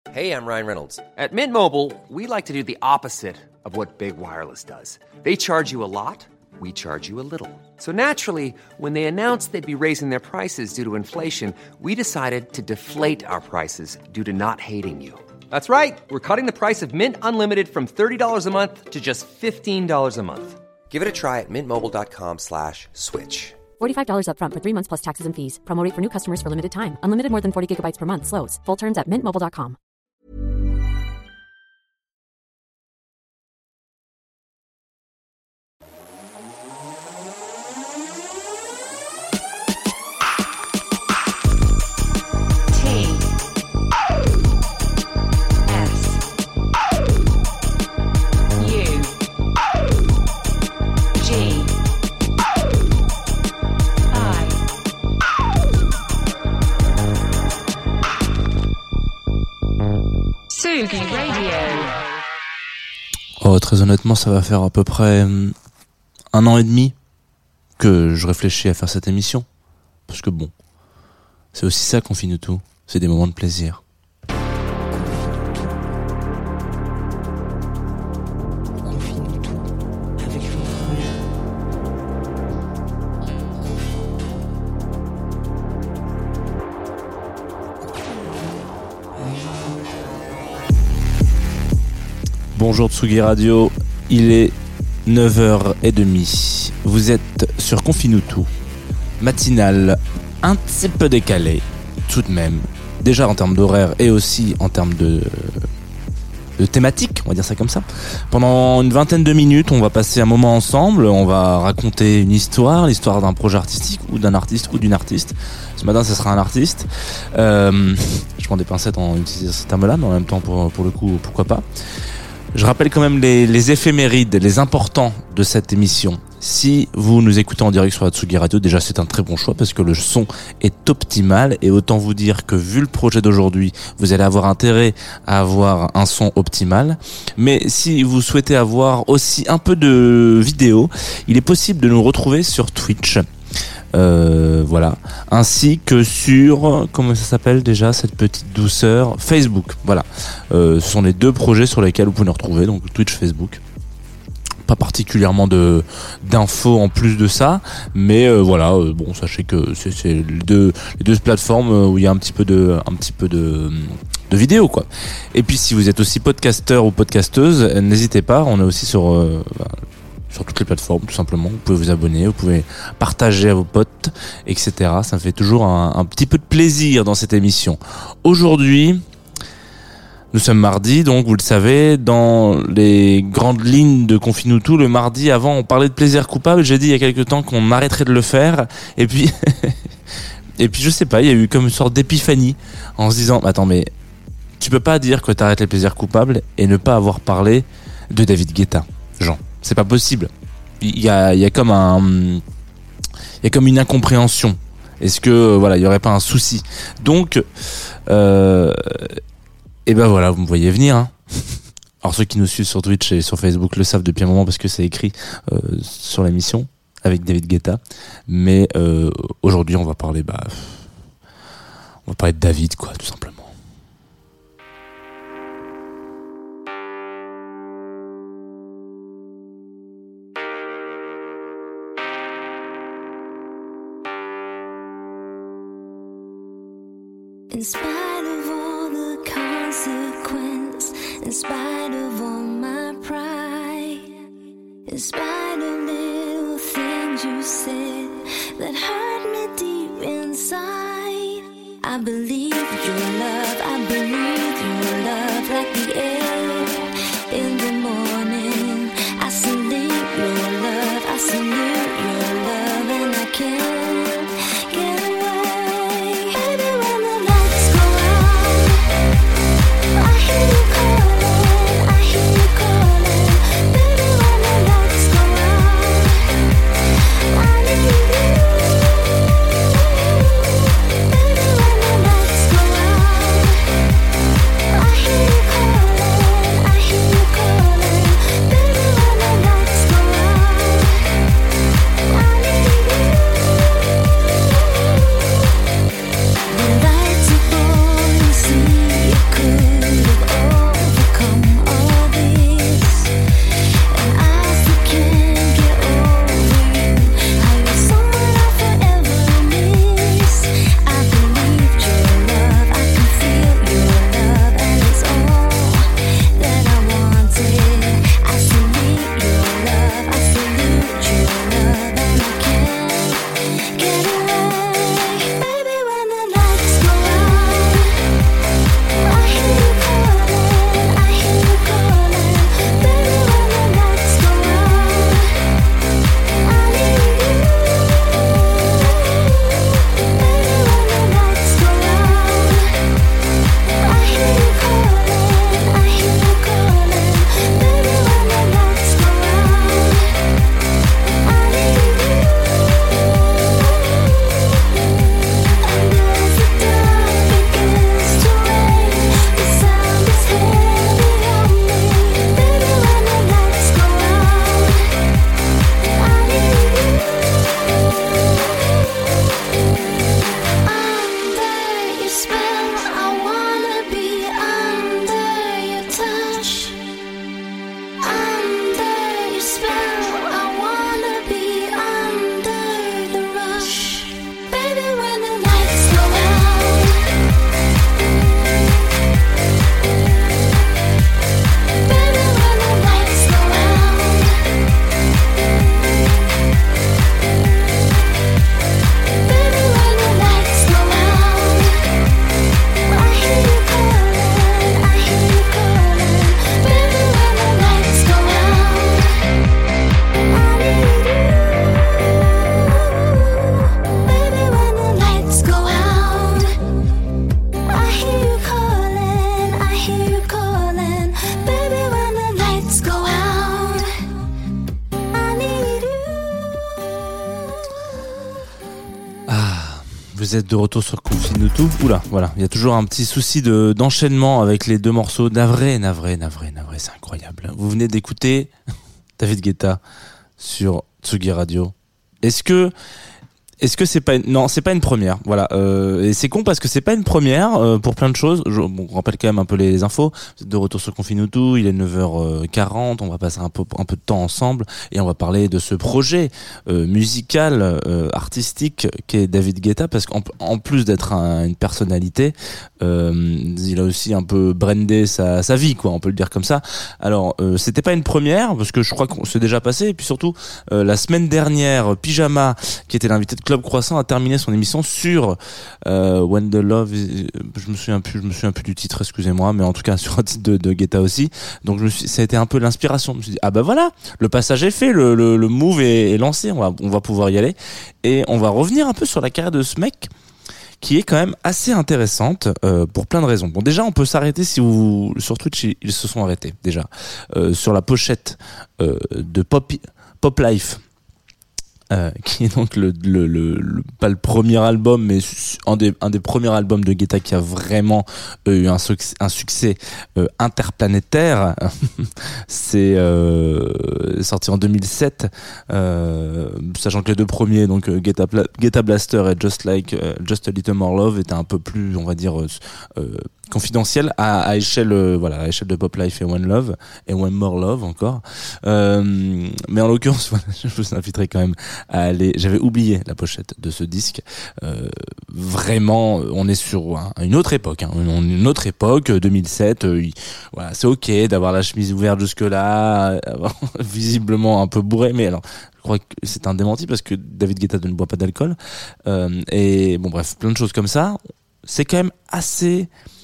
Hey, I'm Ryan Reynolds. At Mint Mobile, we like to do the opposite of what Big Wireless does. They charge you a lot, we charge you a little. So naturally, when they announced they'd be raising their prices due to inflation, we decided to deflate our prices due to not hating you. That's right. We're cutting the price of Mint Unlimited from $30 a month to just $15 a month. Give it a try at mintmobile.com/switch. $45 up front for 3 months plus taxes and fees. Promo rate for new customers for limited time. Unlimited more than 40 gigabytes per month. Slows full terms at mintmobile.com. Oh, très honnêtement, ça va faire à peu près 1 an et demi que je réfléchis à faire cette émission. Parce que bon, c'est aussi ça qu'on finit tout. C'est des moments de plaisir. Bonjour Tsugi Radio, il est 9h30. Vous êtes sur Confinutu, matinale un petit peu décalée, tout de même. Déjà en termes d'horaire et aussi en termes de thématique, on va dire ça comme ça. Pendant une vingtaine de minutes, on va passer un moment ensemble, on va raconter une histoire, l'histoire d'un projet artistique ou d'un artiste ou d'une artiste. Ce matin, ce sera un artiste. Je prends des pincettes en utilisant ce terme-là, mais en même temps, pour le coup, pourquoi pas. Je rappelle quand même les éphémérides, les importants de cette émission. Si vous nous écoutez en direct sur la Tsugi Radio, déjà c'est un très bon choix parce que le son est optimal et autant vous dire que vu le projet d'aujourd'hui, vous allez avoir intérêt à avoir un son optimal. Mais si vous souhaitez avoir aussi un peu de vidéo, il est possible de nous retrouver sur Twitch. Voilà, ainsi que sur, comment ça s'appelle déjà cette petite douceur, Facebook. Voilà, ce sont les deux projets sur lesquels vous pouvez nous retrouver, donc Twitch, Facebook. Pas particulièrement d'infos en plus de ça, mais voilà, bon, sachez que c'est les deux plateformes où il y a un petit peu de vidéo, quoi. Et puis si vous êtes aussi podcasteur ou podcasteuse, n'hésitez pas, on est aussi sur toutes les plateformes, tout simplement. Vous pouvez vous abonner, vous pouvez partager à vos potes, etc. Ça me fait toujours un petit peu de plaisir dans cette émission. Aujourd'hui, nous sommes mardi, donc vous le savez, dans les grandes lignes de Confinutu, le mardi, avant on parlait de plaisir coupable, j'ai dit il y a quelque temps qu'on arrêterait de le faire, et puis je sais pas, il y a eu comme une sorte d'épiphanie, en se disant, attends, mais tu peux pas dire que t'arrêtes les plaisirs coupables et ne pas avoir parlé de David Guetta, Jean. C'est pas possible. Il y a comme une incompréhension. Est-ce que voilà, il y aurait pas un souci? Donc et ben voilà, vous me voyez venir, hein. Alors ceux qui nous suivent sur Twitch et sur Facebook le savent depuis un moment parce que c'est écrit sur l'émission avec David Guetta. Mais aujourd'hui, on va parler de David, quoi, tout simplement. In spite of all the consequence, in spite of all my pride, in spite of little things you said that hurt me deep inside, I believe your love, I believe your love like the air in the morning. I salute your love, I salute your love, and I can't get away. Baby, when the lights go out, I hear you calling, I hear you calling. Baby, when the lights go out, I need you. Baby, when the lights go out, hear you calling. Baby, when the lights go out, I need you. Vous êtes de retour sur Confine tout. Oula, voilà, il y a toujours un petit souci d'enchaînement avec les deux morceaux. Navré, c'est incroyable. Vous venez d'écouter David Guetta sur Tsugi Radio. Est-ce que c'est pas non, c'est pas une première, voilà. Et c'est con parce que c'est pas une première pour plein de choses. On rappelle quand même un peu les infos. Vous êtes de retour sur Confine tout. Il est 9h40. On va passer un peu de temps ensemble et on va parler de ce projet musical, artistique qu'est David Guetta, parce qu'en plus d'être une personnalité, il a aussi un peu brandé sa vie, quoi. On peut le dire comme ça. Alors c'était pas une première parce que je crois qu'on s'est déjà passé. Et puis surtout la semaine dernière, Pyjama, qui était l'invité de Club Croissant, a terminé son émission sur When the Love is... je me souviens plus du titre, excusez-moi, mais en tout cas sur un titre de Guetta aussi. Donc ça a été un peu l'inspiration. Je me suis dit ah bah voilà, le passage est fait, le move est lancé, on va pouvoir y aller et on va revenir un peu sur la carrière de ce mec qui est quand même assez intéressante pour plein de raisons. Bon, déjà on peut s'arrêter, si vous sur Twitch ils se sont arrêtés déjà sur la pochette de Pop Life. Qui est donc pas le premier album, mais un des premiers albums de Guetta qui a vraiment eu un succès interplanétaire. C'est sorti en 2007, sachant que les deux premiers, donc Guetta Blaster et Just a Little More Love, étaient un peu plus, on va dire, confidentiel à échelle à échelle de Pop Life et One Love et One More Love encore, mais en l'occurrence voilà, je vous inviterai quand même à aller, j'avais oublié la pochette de ce disque, vraiment on est sur une autre époque, une autre époque, 2007, voilà, c'est ok d'avoir la chemise ouverte jusque là, visiblement un peu bourré, mais alors je crois que c'est un démenti parce que David Guetta ne boit pas d'alcool, et bon bref, plein de choses comme ça. C'est quand même assez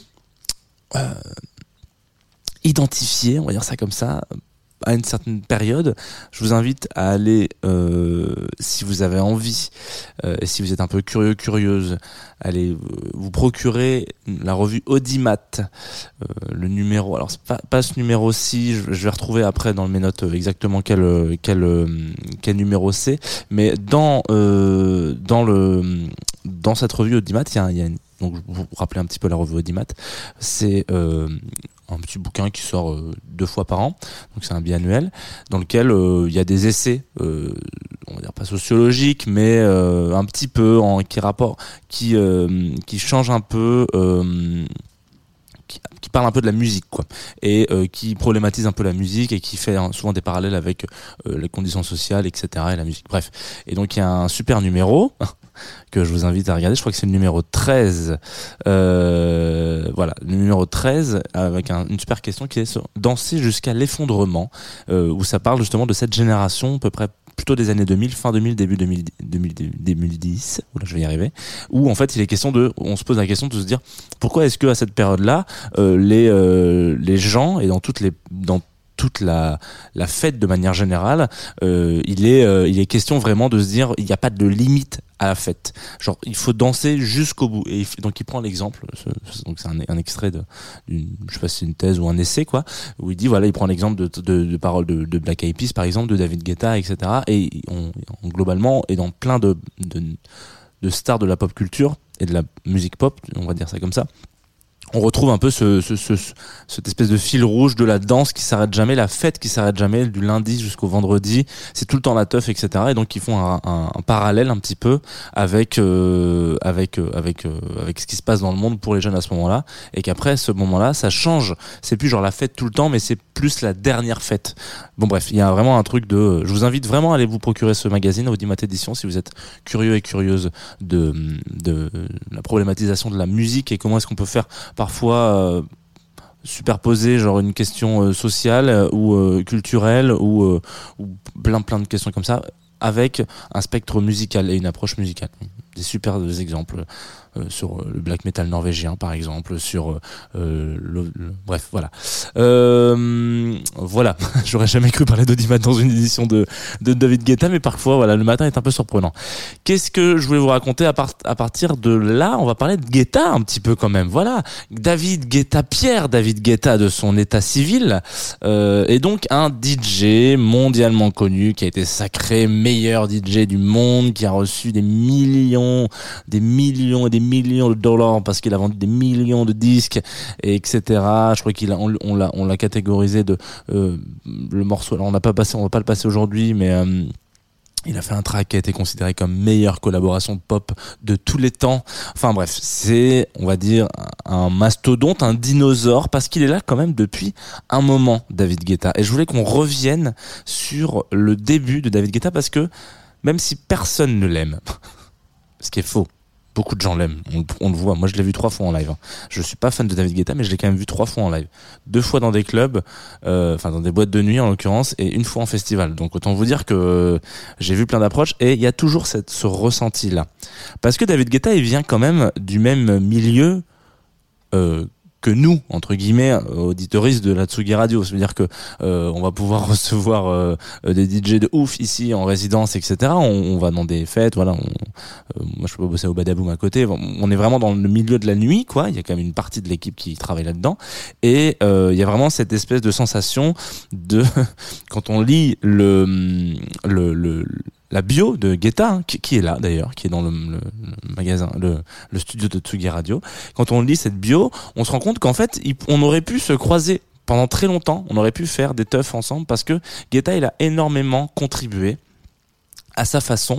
identifié, on va dire ça comme ça, à une certaine période. Je vous invite à aller, si vous avez envie, et si vous êtes un peu curieuse, allez vous procurer la revue Audimat, le numéro, alors c'est pas ce numéro-ci, je vais retrouver après dans mes notes exactement quel numéro c'est, mais dans cette revue Audimat, il y a donc vous rappelez un petit peu la revue Audimat, c'est un petit bouquin qui sort 2 fois par an, donc c'est un biannuel dans lequel il y a des essais, on va dire pas sociologiques, mais un petit peu qui change un peu, qui parle un peu de la musique, quoi, et qui problématise un peu la musique et qui fait souvent des parallèles avec les conditions sociales, etc., et la musique. Bref, et donc il y a un super numéro que je vous invite à regarder, je crois que c'est le numéro 13, voilà, le numéro 13, avec une super question qui est sur Danser jusqu'à l'effondrement, où ça parle justement de cette génération, à peu près plutôt des années 2000, fin 2000, début 2010, oula, je vais y arriver, où en fait on se pose la question de se dire pourquoi est-ce que à cette période-là, les gens, et dans toute la fête de manière générale, il est question vraiment de se dire il n'y a pas de limite à la fête, genre il faut danser jusqu'au bout, et donc il prend l'exemple, donc c'est un extrait je sais pas si c'est une thèse ou un essai, quoi, où il dit voilà, il prend l'exemple de paroles de Black Eyed Peas par exemple, de David Guetta, etc., et globalement, et dans plein de stars de la pop culture et de la musique pop, on va dire ça comme ça, on retrouve un peu cette espèce de fil rouge de la danse qui s'arrête jamais, la fête qui s'arrête jamais, du lundi jusqu'au vendredi, c'est tout le temps la teuf, etc. Et donc ils font un parallèle un petit peu avec ce qui se passe dans le monde pour les jeunes à ce moment-là, et qu'après ce moment-là ça change, c'est plus genre la fête tout le temps, mais c'est plus la dernière fête. Bon bref, il y a vraiment un truc je vous invite vraiment à aller vous procurer ce magazine Audimat Édition si vous êtes curieux et curieuse de la problématisation de la musique et comment est-ce qu'on peut faire parfois superposer genre une question sociale ou culturelle ou plein de questions comme ça avec un spectre musical et une approche musicale. des super exemples sur le black metal norvégien par exemple, sur bref voilà. Voilà, j'aurais jamais cru parler d'audimat dans une édition de David Guetta, mais parfois voilà, le matin est un peu surprenant. Qu'est-ce que je voulais vous raconter à partir de là? On va parler de Guetta un petit peu quand même. Voilà, Pierre David Guetta de son état civil est donc un DJ mondialement connu qui a été sacré meilleur DJ du monde, qui a reçu des millions de dollars parce qu'il a vendu des millions de disques, et etc. Je crois on l'a catégorisé de le morceau. Alors on va pas le passer aujourd'hui, mais il a fait un track qui a été considéré comme meilleure collaboration pop de tous les temps. Enfin bref, c'est, on va dire, un mastodonte, un dinosaure, parce qu'il est là quand même depuis un moment, David Guetta. Et je voulais qu'on revienne sur le début de David Guetta, parce que même si personne ne l'aime, ce qui est faux, beaucoup de gens l'aiment, on le voit. Moi, je l'ai vu 3 fois en live. Je suis pas fan de David Guetta, mais je l'ai quand même vu 3 fois en live. 2 fois dans des clubs, dans des boîtes de nuit en l'occurrence, et 1 fois en festival. Donc autant vous dire que j'ai vu plein d'approches, et il y a toujours ce ressenti-là. Parce que David Guetta, il vient quand même du même milieu que nous, entre guillemets, auditeuristes de la Tsugi Radio. C'est-à-dire que on va pouvoir recevoir des DJ de ouf ici en résidence, etc. On va dans des fêtes, voilà. Moi, je peux bosser au Badaboom à côté. On est vraiment dans le milieu de la nuit, quoi. Il y a quand même une partie de l'équipe qui travaille là-dedans. Et il y a vraiment cette espèce de sensation de quand on lit la bio de Guetta, qui est là d'ailleurs, qui est dans le magasin, le studio de Tsugi Radio. Quand on lit cette bio, on se rend compte qu'en fait, on aurait pu se croiser pendant très longtemps, on aurait pu faire des teufs ensemble, parce que Guetta, il a énormément contribué à sa façon,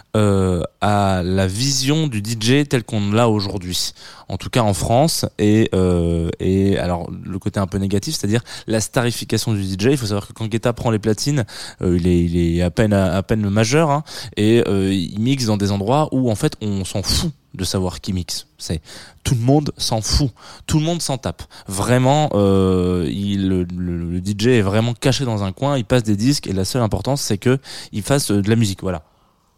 à la vision du DJ tel qu'on l'a aujourd'hui, en tout cas en France, et alors le côté un peu négatif, c'est-à-dire la starification du DJ. Il faut savoir que quand Guetta prend les platines, il est à peine majeur, hein, et il mixe dans des endroits où en fait on s'en fout de savoir qui mixe. Tout le monde s'en fout, tout le monde s'en tape. Vraiment, le DJ est vraiment caché dans un coin, il passe des disques, et la seule importance c'est que il fasse de la musique. Voilà.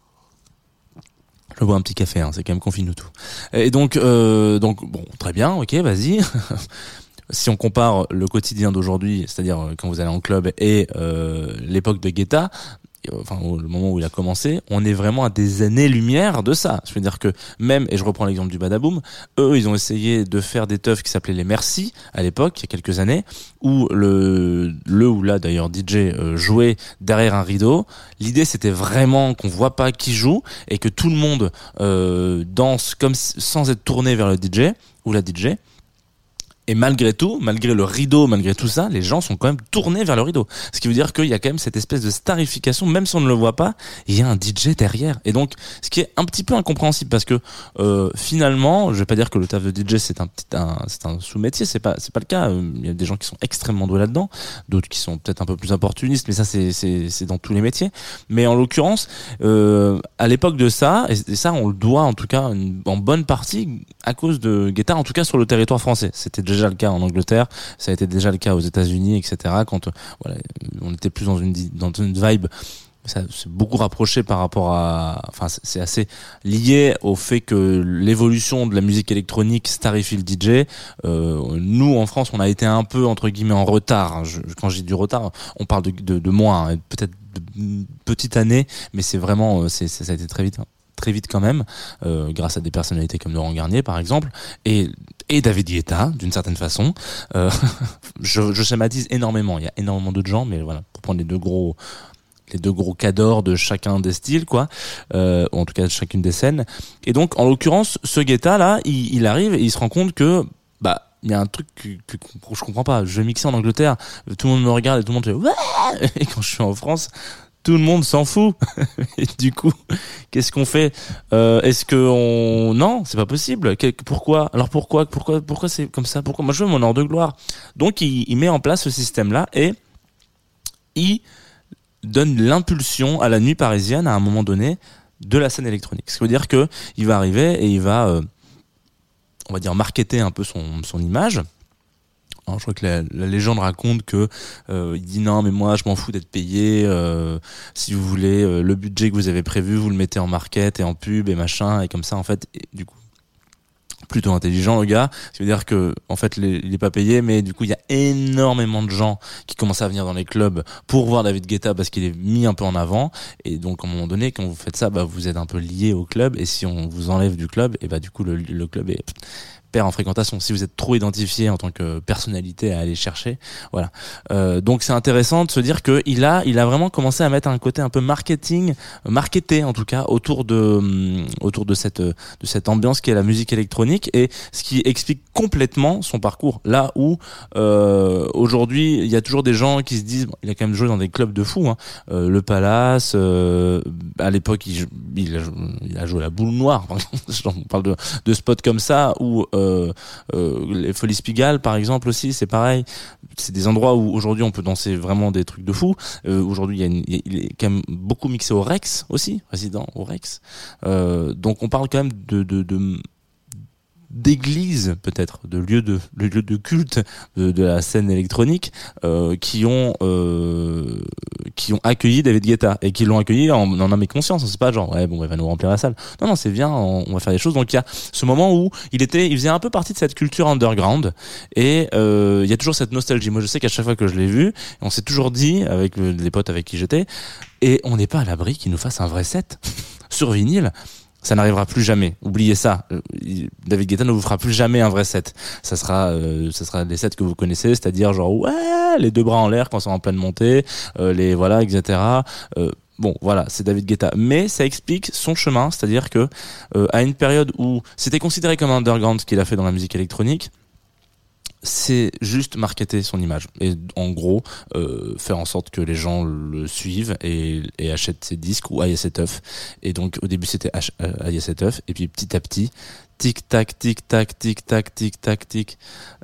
Je bois un petit café, hein, c'est quand même confine tout. Et donc bon, très bien, ok, vas-y. Si on compare le quotidien d'aujourd'hui, c'est-à-dire quand vous allez en club, et l'époque de Guetta, enfin le moment où il a commencé, on est vraiment à des années-lumière de ça. Je veux dire que même, et je reprends l'exemple du Badaboom, eux ils ont essayé de faire des teufs qui s'appelaient les Merci à l'époque, il y a quelques années, où le ou là d'ailleurs DJ jouait derrière un rideau. L'idée c'était vraiment qu'on voit pas qui joue, et que tout le monde danse comme sans être tourné vers le DJ ou la DJ. Et malgré tout, malgré le rideau, malgré tout ça, les gens sont quand même tournés vers le rideau. Ce qui veut dire qu'il y a quand même cette espèce de starification, même si on ne le voit pas, il y a un DJ derrière. Et donc, ce qui est un petit peu incompréhensible, parce que finalement, je vais pas dire que le taf de DJ c'est un sous-métier, c'est pas le cas. Il y a des gens qui sont extrêmement doués là-dedans, d'autres qui sont peut-être un peu plus opportunistes, mais ça c'est dans tous les métiers. Mais en l'occurrence, à l'époque de ça, et ça on le doit en tout cas en bonne partie à cause de Guetta, en tout cas sur le territoire français. C'était déjà le cas en Angleterre, ça a été déjà le cas aux États-Unis, etc. Quand voilà, on était plus dans une vibe, ça c'est beaucoup rapproché par rapport à, enfin c'est assez lié au fait que l'évolution de la musique électronique starifie le DJ. Nous en France, on a été un peu entre guillemets en retard. Quand j'ai du retard, on parle de mois, hein, peut-être de petites années, mais c'est vraiment ça a été très vite quand même, grâce à des personnalités comme Laurent Garnier par exemple, et David Guetta d'une certaine façon. Je schématise énormément, il y a énormément d'autres gens, mais voilà, pour prendre les deux gros cadors de chacun des styles, quoi, ou en tout cas de chacune des scènes. Et donc en l'occurrence, ce Guetta là, il arrive et il se rend compte que il y a un truc que je comprends pas. Je vais mixer en Angleterre, tout le monde me regarde et tout le monde fait ouais, et quand je suis en France, tout le monde s'en fout. Et du coup, qu'est-ce qu'on fait? Est-ce que non, c'est pas possible. Pourquoi? Alors pourquoi c'est comme ça? Pourquoi? Moi, je veux mon heure de gloire. Donc, il met en place ce système-là et il donne l'impulsion à la nuit parisienne à un moment donné de la scène électronique. Ce qui veut dire que il va arriver et il va, on va dire, marketer un peu son image Alors, je crois que la légende raconte que il dit non mais moi je m'en fous d'être payé, si vous voulez le budget que vous avez prévu vous le mettez en market et en pub et machin, et comme ça en fait, et du coup plutôt intelligent le gars, ce qui veut dire que en fait il est pas payé, mais du coup il y a énormément de gens qui commencent à venir dans les clubs pour voir David Guetta parce qu'il est mis un peu en avant, et donc à un moment donné quand vous faites ça, bah vous êtes un peu lié au club, et si on vous enlève du club, et bah du coup le club est perd en fréquentation si vous êtes trop identifié en tant que personnalité à aller chercher, voilà. Donc c'est intéressant de se dire que il a vraiment commencé à mettre un côté un peu marketé en tout cas autour de cette ambiance qui est la musique électronique, et ce qui explique complètement son parcours. Là où aujourd'hui il y a toujours des gens qui se disent bon, il a quand même joué dans des clubs de fous, hein. Le Palace, à l'époque il a joué à la Boule Noire, on parle de spots comme ça, ou les Folies Pigalle par exemple aussi, c'est pareil, c'est des endroits où aujourd'hui on peut danser vraiment des trucs de fou. Aujourd'hui il est quand même beaucoup mixé au Rex aussi, résident au Rex, donc on parle quand même d'églises, peut-être de lieux de culte de la scène électronique, qui ont accueilli David Guetta, et qui l'ont accueilli en âme et conscience. C'est pas genre ouais bon il va nous remplir la salle, non c'est bien, on va faire des choses. Donc il y a ce moment où il faisait un peu partie de cette culture underground, et il y a toujours cette nostalgie. Moi je sais qu'à chaque fois que je l'ai vu, on s'est toujours dit avec les potes avec qui j'étais, et on n'est pas à l'abri qu'il nous fasse un vrai set sur vinyle. Ça n'arrivera plus jamais. Oubliez ça. David Guetta ne vous fera plus jamais un vrai set. Ça sera des sets que vous connaissez, c'est-à-dire genre ouais, les deux bras en l'air quand c'est en pleine montée, les voilà, etc. Bon, voilà, c'est David Guetta. Mais ça explique son chemin, c'est-à-dire que à une période où c'était considéré comme underground ce qu'il a fait dans la musique électronique, c'est juste marketer son image, et en gros faire en sorte que les gens le suivent et achètent ses disques ou aillent à ses teufs. Et donc au début c'était aillent à ses teufs, et puis petit à petit tic tac tic tac tic tac tic tac tic,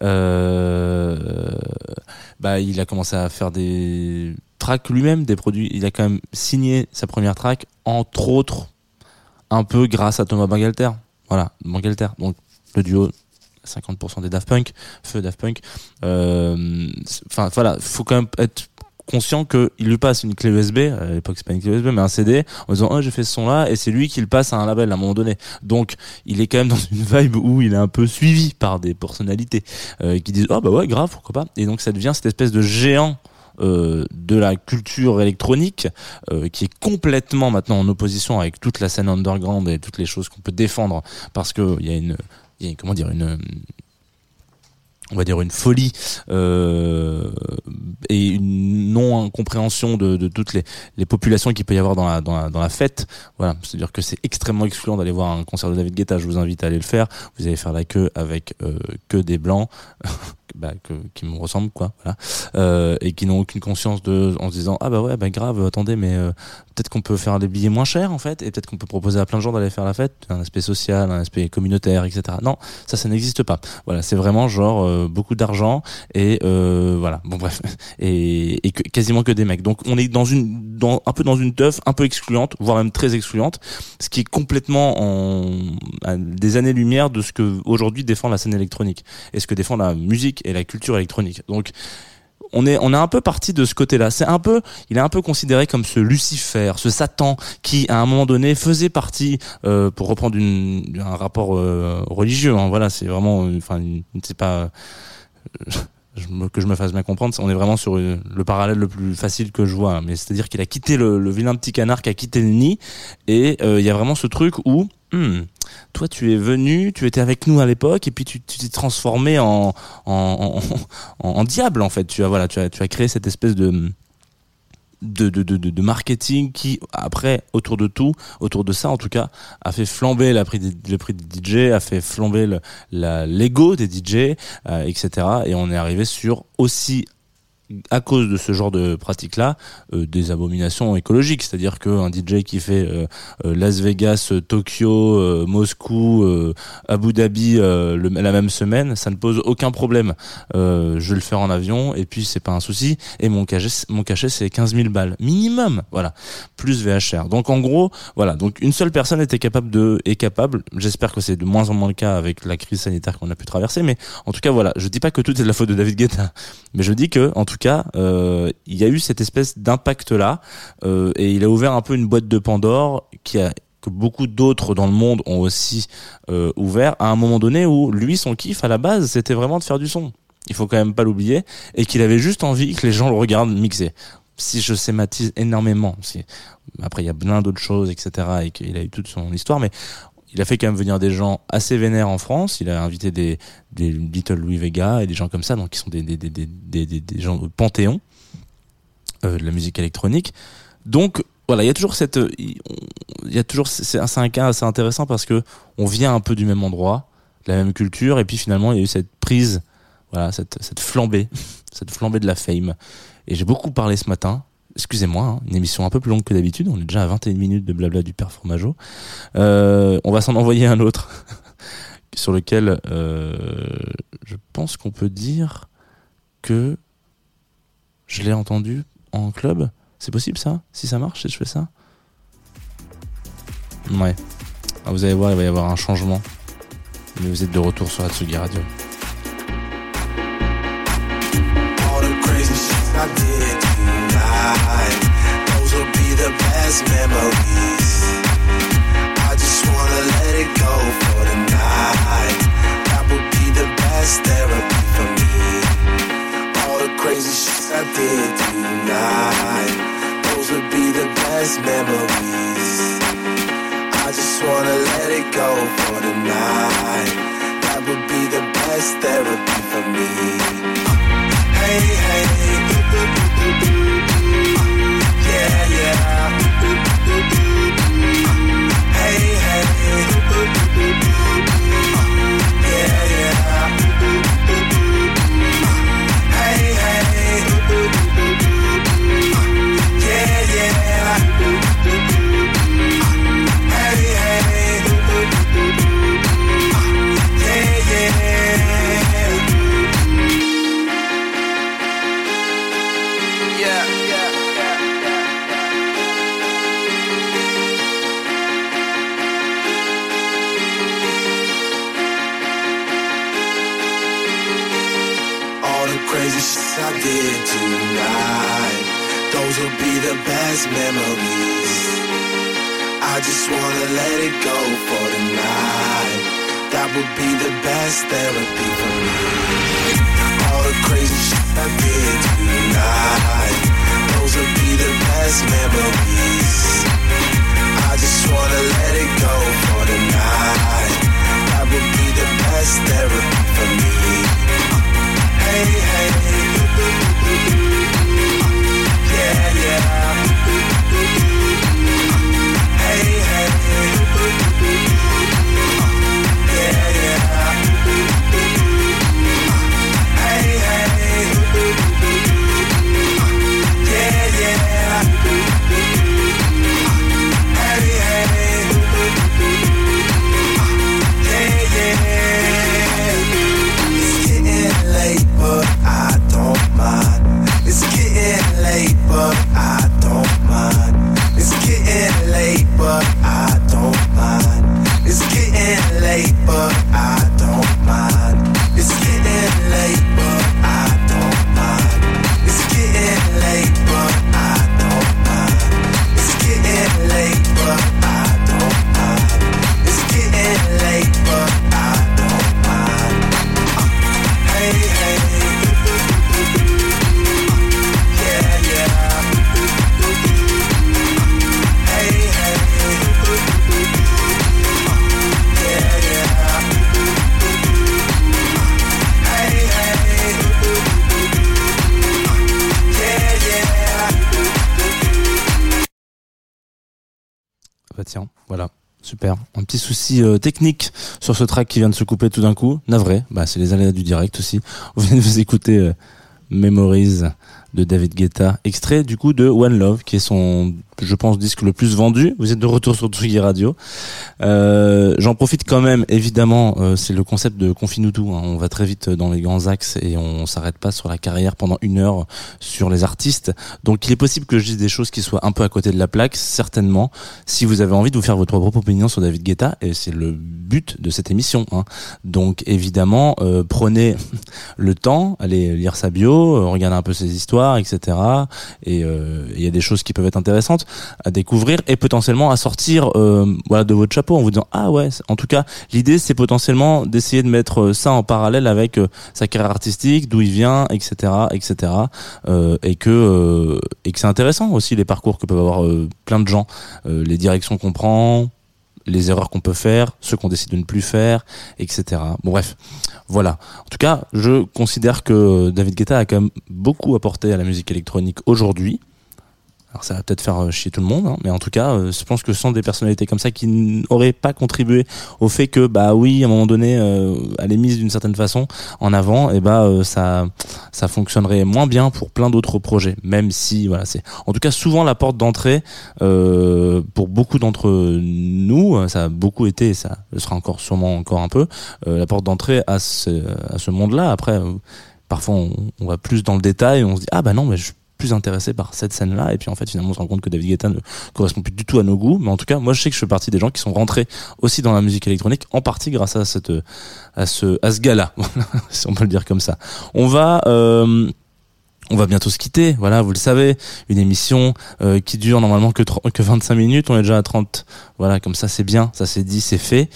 bah il a commencé à faire des tracks lui-même, des produits. Il a quand même signé sa première track, entre autres un peu grâce à Thomas Bangalter, voilà, Bangalter, donc le duo 50% des Daft Punk, feu Daft Punk. Enfin voilà, faut quand même être conscient que il lui passe une clé USB, à l'époque c'est pas une clé USB mais un CD, en disant oh j'ai fait ce son là, et c'est lui qui le passe à un label à un moment donné. Donc il est quand même dans une vibe où il est un peu suivi par des personnalités qui disent oh bah ouais grave pourquoi pas, et donc ça devient cette espèce de géant de la culture électronique, qui est complètement maintenant en opposition avec toute la scène underground et toutes les choses qu'on peut défendre, parce que il y a une on va dire une folie et une non incompréhension de toutes les populations qu'il peut y avoir dans la fête. Voilà, c'est-à-dire que c'est extrêmement excluant d'aller voir un concert de David Guetta. Je vous invite à aller le faire. Vous allez faire la queue avec que des blancs qui me ressemblent quoi, voilà, et qui n'ont aucune conscience en se disant ah bah ouais bah grave, attendez mais peut-être qu'on peut faire des billets moins chers en fait, et peut-être qu'on peut proposer à plein de gens d'aller faire la fête, un aspect social, un aspect communautaire, etc. Non, ça n'existe pas. Voilà, c'est vraiment genre beaucoup d'argent et voilà, bon bref, et quasiment que des mecs. Donc on est un peu dans une teuf un peu excluante, voire même très excluante, ce qui est complètement à des années-lumière de ce que aujourd'hui défend la scène électronique et ce que défend la musique et la culture électronique. Donc on est un peu parti de ce côté-là. Il est un peu considéré comme ce Lucifer, ce Satan qui à un moment donné faisait partie, pour reprendre un rapport religieux, hein, voilà, c'est vraiment, enfin, c'est pas que je me fasse bien comprendre, on est vraiment sur le parallèle le plus facile que je vois, mais c'est-à-dire qu'il a quitté le vilain petit canard qui a quitté le nid, et il y a vraiment ce truc où toi tu étais avec nous à l'époque, et puis tu t'es transformé en diable en fait. Tu as créé cette espèce de marketing qui après autour de ça en tout cas a fait flamber le prix des DJ, a fait flamber l'ego des DJ, etc. Et on est arrivé sur aussi à cause de ce genre de pratique-là, des abominations écologiques. C'est-à-dire qu'un DJ qui fait Las Vegas, Tokyo, Moscou, Abu Dhabi la même semaine, ça ne pose aucun problème. Je vais le faire en avion et puis c'est pas un souci. Et mon cachet c'est 15 000 balles minimum. Voilà, plus VHR. Donc en gros, voilà. Donc une seule personne est capable. J'espère que c'est de moins en moins le cas avec la crise sanitaire qu'on a pu traverser. Mais en tout cas, voilà. Je dis pas que tout est de la faute de David Guetta, mais je dis que en tout cas, il y a eu cette espèce d'impact là, et il a ouvert un peu une boîte de Pandore que beaucoup d'autres dans le monde ont aussi ouvert à un moment donné où lui, son kiff à la base, c'était vraiment de faire du son. Il faut quand même pas l'oublier, et qu'il avait juste envie que les gens le regardent mixer. Si je schématise énormément, après il y a plein d'autres choses, etc., et qu'il a eu toute son histoire, mais il a fait quand même venir des gens assez vénères en France. Il a invité des Little Louis Vega et des gens comme ça, donc qui sont des gens au panthéon de la musique électronique. Donc voilà, il y a toujours c'est un cas assez intéressant parce que on vient un peu du même endroit, de la même culture, et puis finalement il y a eu cette prise, voilà, cette flambée de la fame. Et j'ai beaucoup parlé ce matin. Excusez-moi, une émission un peu plus longue que d'habitude. On est déjà à 21 minutes de blabla du Père Fromageau. On va s'en envoyer un autre sur lequel je pense qu'on peut dire que je l'ai entendu en club. C'est possible ça? Si ça marche, si je fais ça? Ouais. Vous allez voir, il va y avoir un changement. Mais vous êtes de retour sur Atsugi Radio. Those will be the best memories. I just wanna let it go for tonight. That would be the best therapy for me. All the crazy shit I did tonight. Those would be the best memories. I just wanna let it go for tonight. That would be the best therapy for me. Hey, hey. Yeah, yeah. Hey, hey. Yeah, yeah. Hey, hey. Yeah, yeah. Hey, hey. Yeah, yeah. Crazy shit I did tonight. Those will be the best memories. I just wanna let it go for tonight. That would be the best therapy for me. All the crazy shit I did tonight. Those will be the best memories. I just wanna let it go for tonight. That would be the best therapy for me. Hey, hey. Yeah, yeah. Hey, hey. Yeah, yeah. Hey, hey. Yeah, yeah. Hey, hey. Yeah, yeah. It's getting late, but I don't mind. It's getting late, but I don't mind. It's getting late, but I don't mind. It's getting late, but I don't mind. It's getting late, but I don't mind. It's getting late, but I don't mind. It's getting late, but I don't mind. It's getting late, but I don't mind. Hey, hey. Yeah, yeah. Hey, hey. Yeah, yeah. Hey, hey. Yeah, yeah. Bah tiens, voilà. Super. Un petit souci technique sur ce track qui vient de se couper tout d'un coup. Navré. Bah, c'est les aléas du direct aussi. On vient de vous écouter Memories de David Guetta, extrait du coup de One Love, qui est son, je pense, disque le plus vendu. Vous êtes de retour sur Tsugi Radio. J'en profite quand même, évidemment, c'est le concept de Confine-nous tout, hein. On va très vite dans les grands axes et on s'arrête pas sur la carrière pendant 1 heure sur les artistes. Donc il est possible que je dise des choses qui soient un peu à côté de la plaque, certainement. Si vous avez envie de vous faire votre propre opinion sur David Guetta, et c'est le but de cette émission, hein. Donc évidemment, prenez le temps, allez lire sa bio, regardez un peu ses histoires, etc. Et il y a des choses qui peuvent être intéressantes à découvrir et potentiellement à sortir voilà, de votre chapeau en vous disant ah ouais, en tout cas l'idée c'est potentiellement d'essayer de mettre ça en parallèle avec sa carrière artistique, d'où il vient, etc. Et que c'est intéressant aussi les parcours que peuvent avoir plein de gens, les directions qu'on prend, les erreurs qu'on peut faire, ceux qu'on décide de ne plus faire, etc. Bon bref, voilà. En tout cas, je considère que David Guetta a quand même beaucoup apporté à la musique électronique aujourd'hui. Alors ça va peut-être faire chier tout le monde, hein, mais en tout cas, je pense que sans des personnalités comme ça qui n'auraient pas contribué au fait que, bah oui, à un moment donné, elle est mise d'une certaine façon en avant, et ça fonctionnerait moins bien pour plein d'autres projets. Même si, voilà, c'est en tout cas souvent la porte d'entrée pour beaucoup d'entre nous, ça a beaucoup été, et ça le sera sûrement encore un peu, la porte d'entrée à ce monde-là. Après, parfois on va plus dans le détail, et on se dit ah bah non, mais je plus intéressé par cette scène-là, et puis en fait finalement on se rend compte que David Guetta ne correspond plus du tout à nos goûts. Mais en tout cas, moi je sais que je fais partie des gens qui sont rentrés aussi dans la musique électronique en partie grâce à ce gars-là, si on peut le dire comme ça. On va bientôt se quitter, voilà, vous le savez, une émission qui dure normalement que 25 minutes, on est déjà à 30, voilà, comme ça c'est bien, ça c'est dit, c'est fait.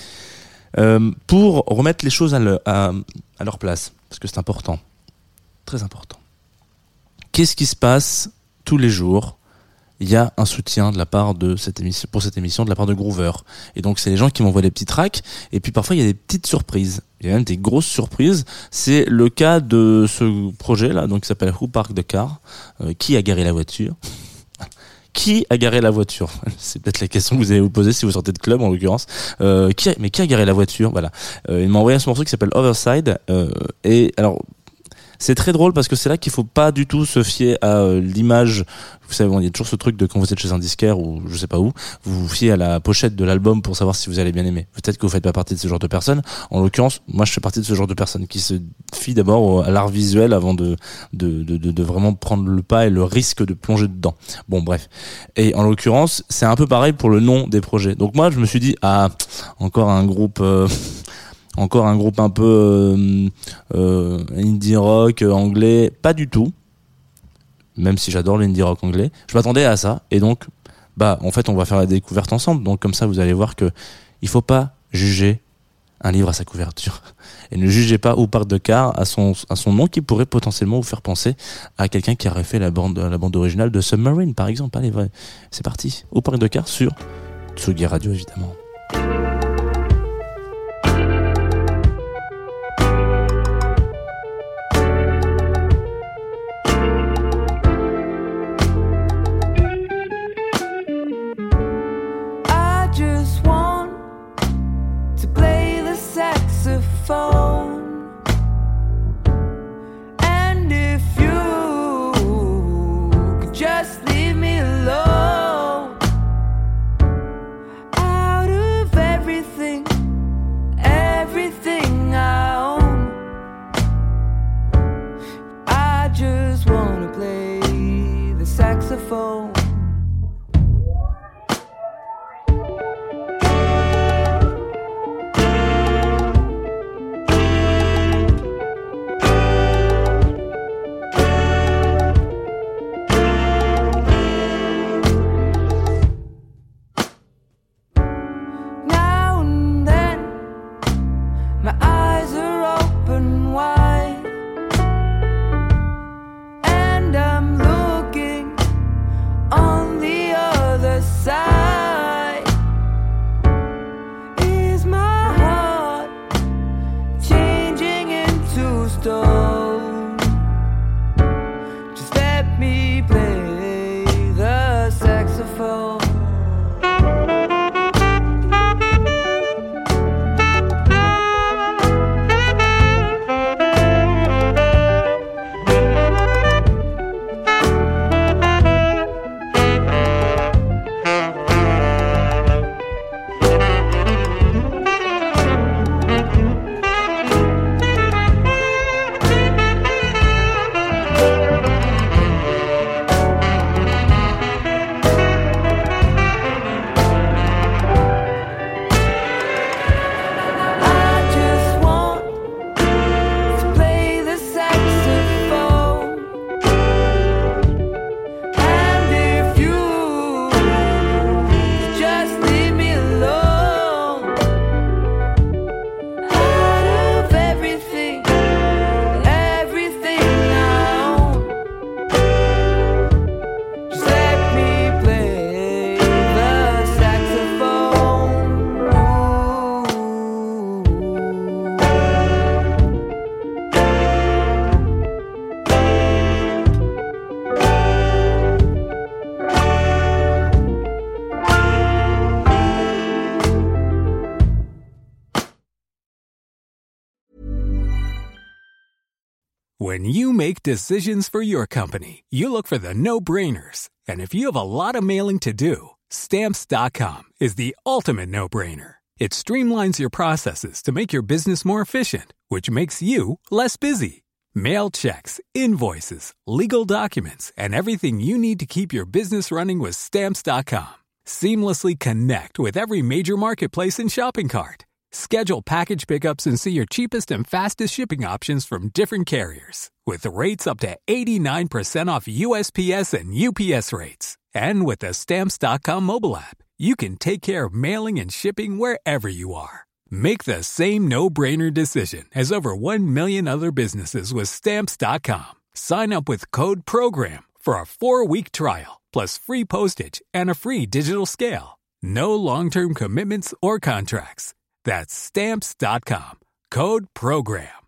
Pour remettre les choses à leur place, parce que c'est important, très important. Qu'est-ce qui se passe tous les jours? Il y a un soutien de la part de cette émission, de la part de Groover. Et donc, c'est les gens qui m'envoient des petits tracks. Et puis, parfois, il y a des petites surprises. Il y a même des grosses surprises. C'est le cas de ce projet-là, donc, qui s'appelle Who Parked the Car? Qui a garé la voiture? Qui a garé la voiture? C'est peut-être la question que vous allez vous poser si vous sortez de club, en l'occurrence. Qui a garé la voiture? Voilà. Il m'a envoyé ce morceau qui s'appelle Overside. Et alors, c'est très drôle parce que c'est là qu'il faut pas du tout se fier à l'image. Vous savez, il y a toujours ce truc de quand vous êtes chez un disquaire ou je sais pas où, vous vous fiez à la pochette de l'album pour savoir si vous allez bien aimer. Peut-être que vous faites pas partie de ce genre de personnes. En l'occurrence, moi je fais partie de ce genre de personnes qui se fient d'abord à l'art visuel avant de vraiment prendre le pas et le risque de plonger dedans. Bon bref. Et en l'occurrence, c'est un peu pareil pour le nom des projets. Donc moi je me suis dit encore un groupe un peu indie rock anglais, pas du tout. Même si j'adore l'indie rock anglais, je m'attendais à ça. Et donc, en fait, on va faire la découverte ensemble. Donc comme ça, vous allez voir que il faut pas juger un livre à sa couverture. Et ne jugez pas Who Parked the Car à son nom qui pourrait potentiellement vous faire penser à quelqu'un qui aurait fait la bande originale de Submarine, par exemple. Allez, c'est parti. Who Parked the Car sur Tsugi Radio, évidemment. When you make decisions for your company, you look for the no-brainers. And if you have a lot of mailing to do, Stamps.com is the ultimate no-brainer. It streamlines your processes to make your business more efficient, which makes you less busy. Mail checks, invoices, legal documents, and everything you need to keep your business running with Stamps.com. Seamlessly connect with every major marketplace and shopping cart. Schedule package pickups and see your cheapest and fastest shipping options from different carriers, with rates up to 89% off USPS and UPS rates. And with the Stamps.com mobile app, you can take care of mailing and shipping wherever you are. Make the same no-brainer decision as over 1 million other businesses with Stamps.com. Sign up with code PROGRAM for a 4-week trial, plus free postage and a free digital scale. No long-term commitments or contracts. That's Stamps.com. Code PROGRAM.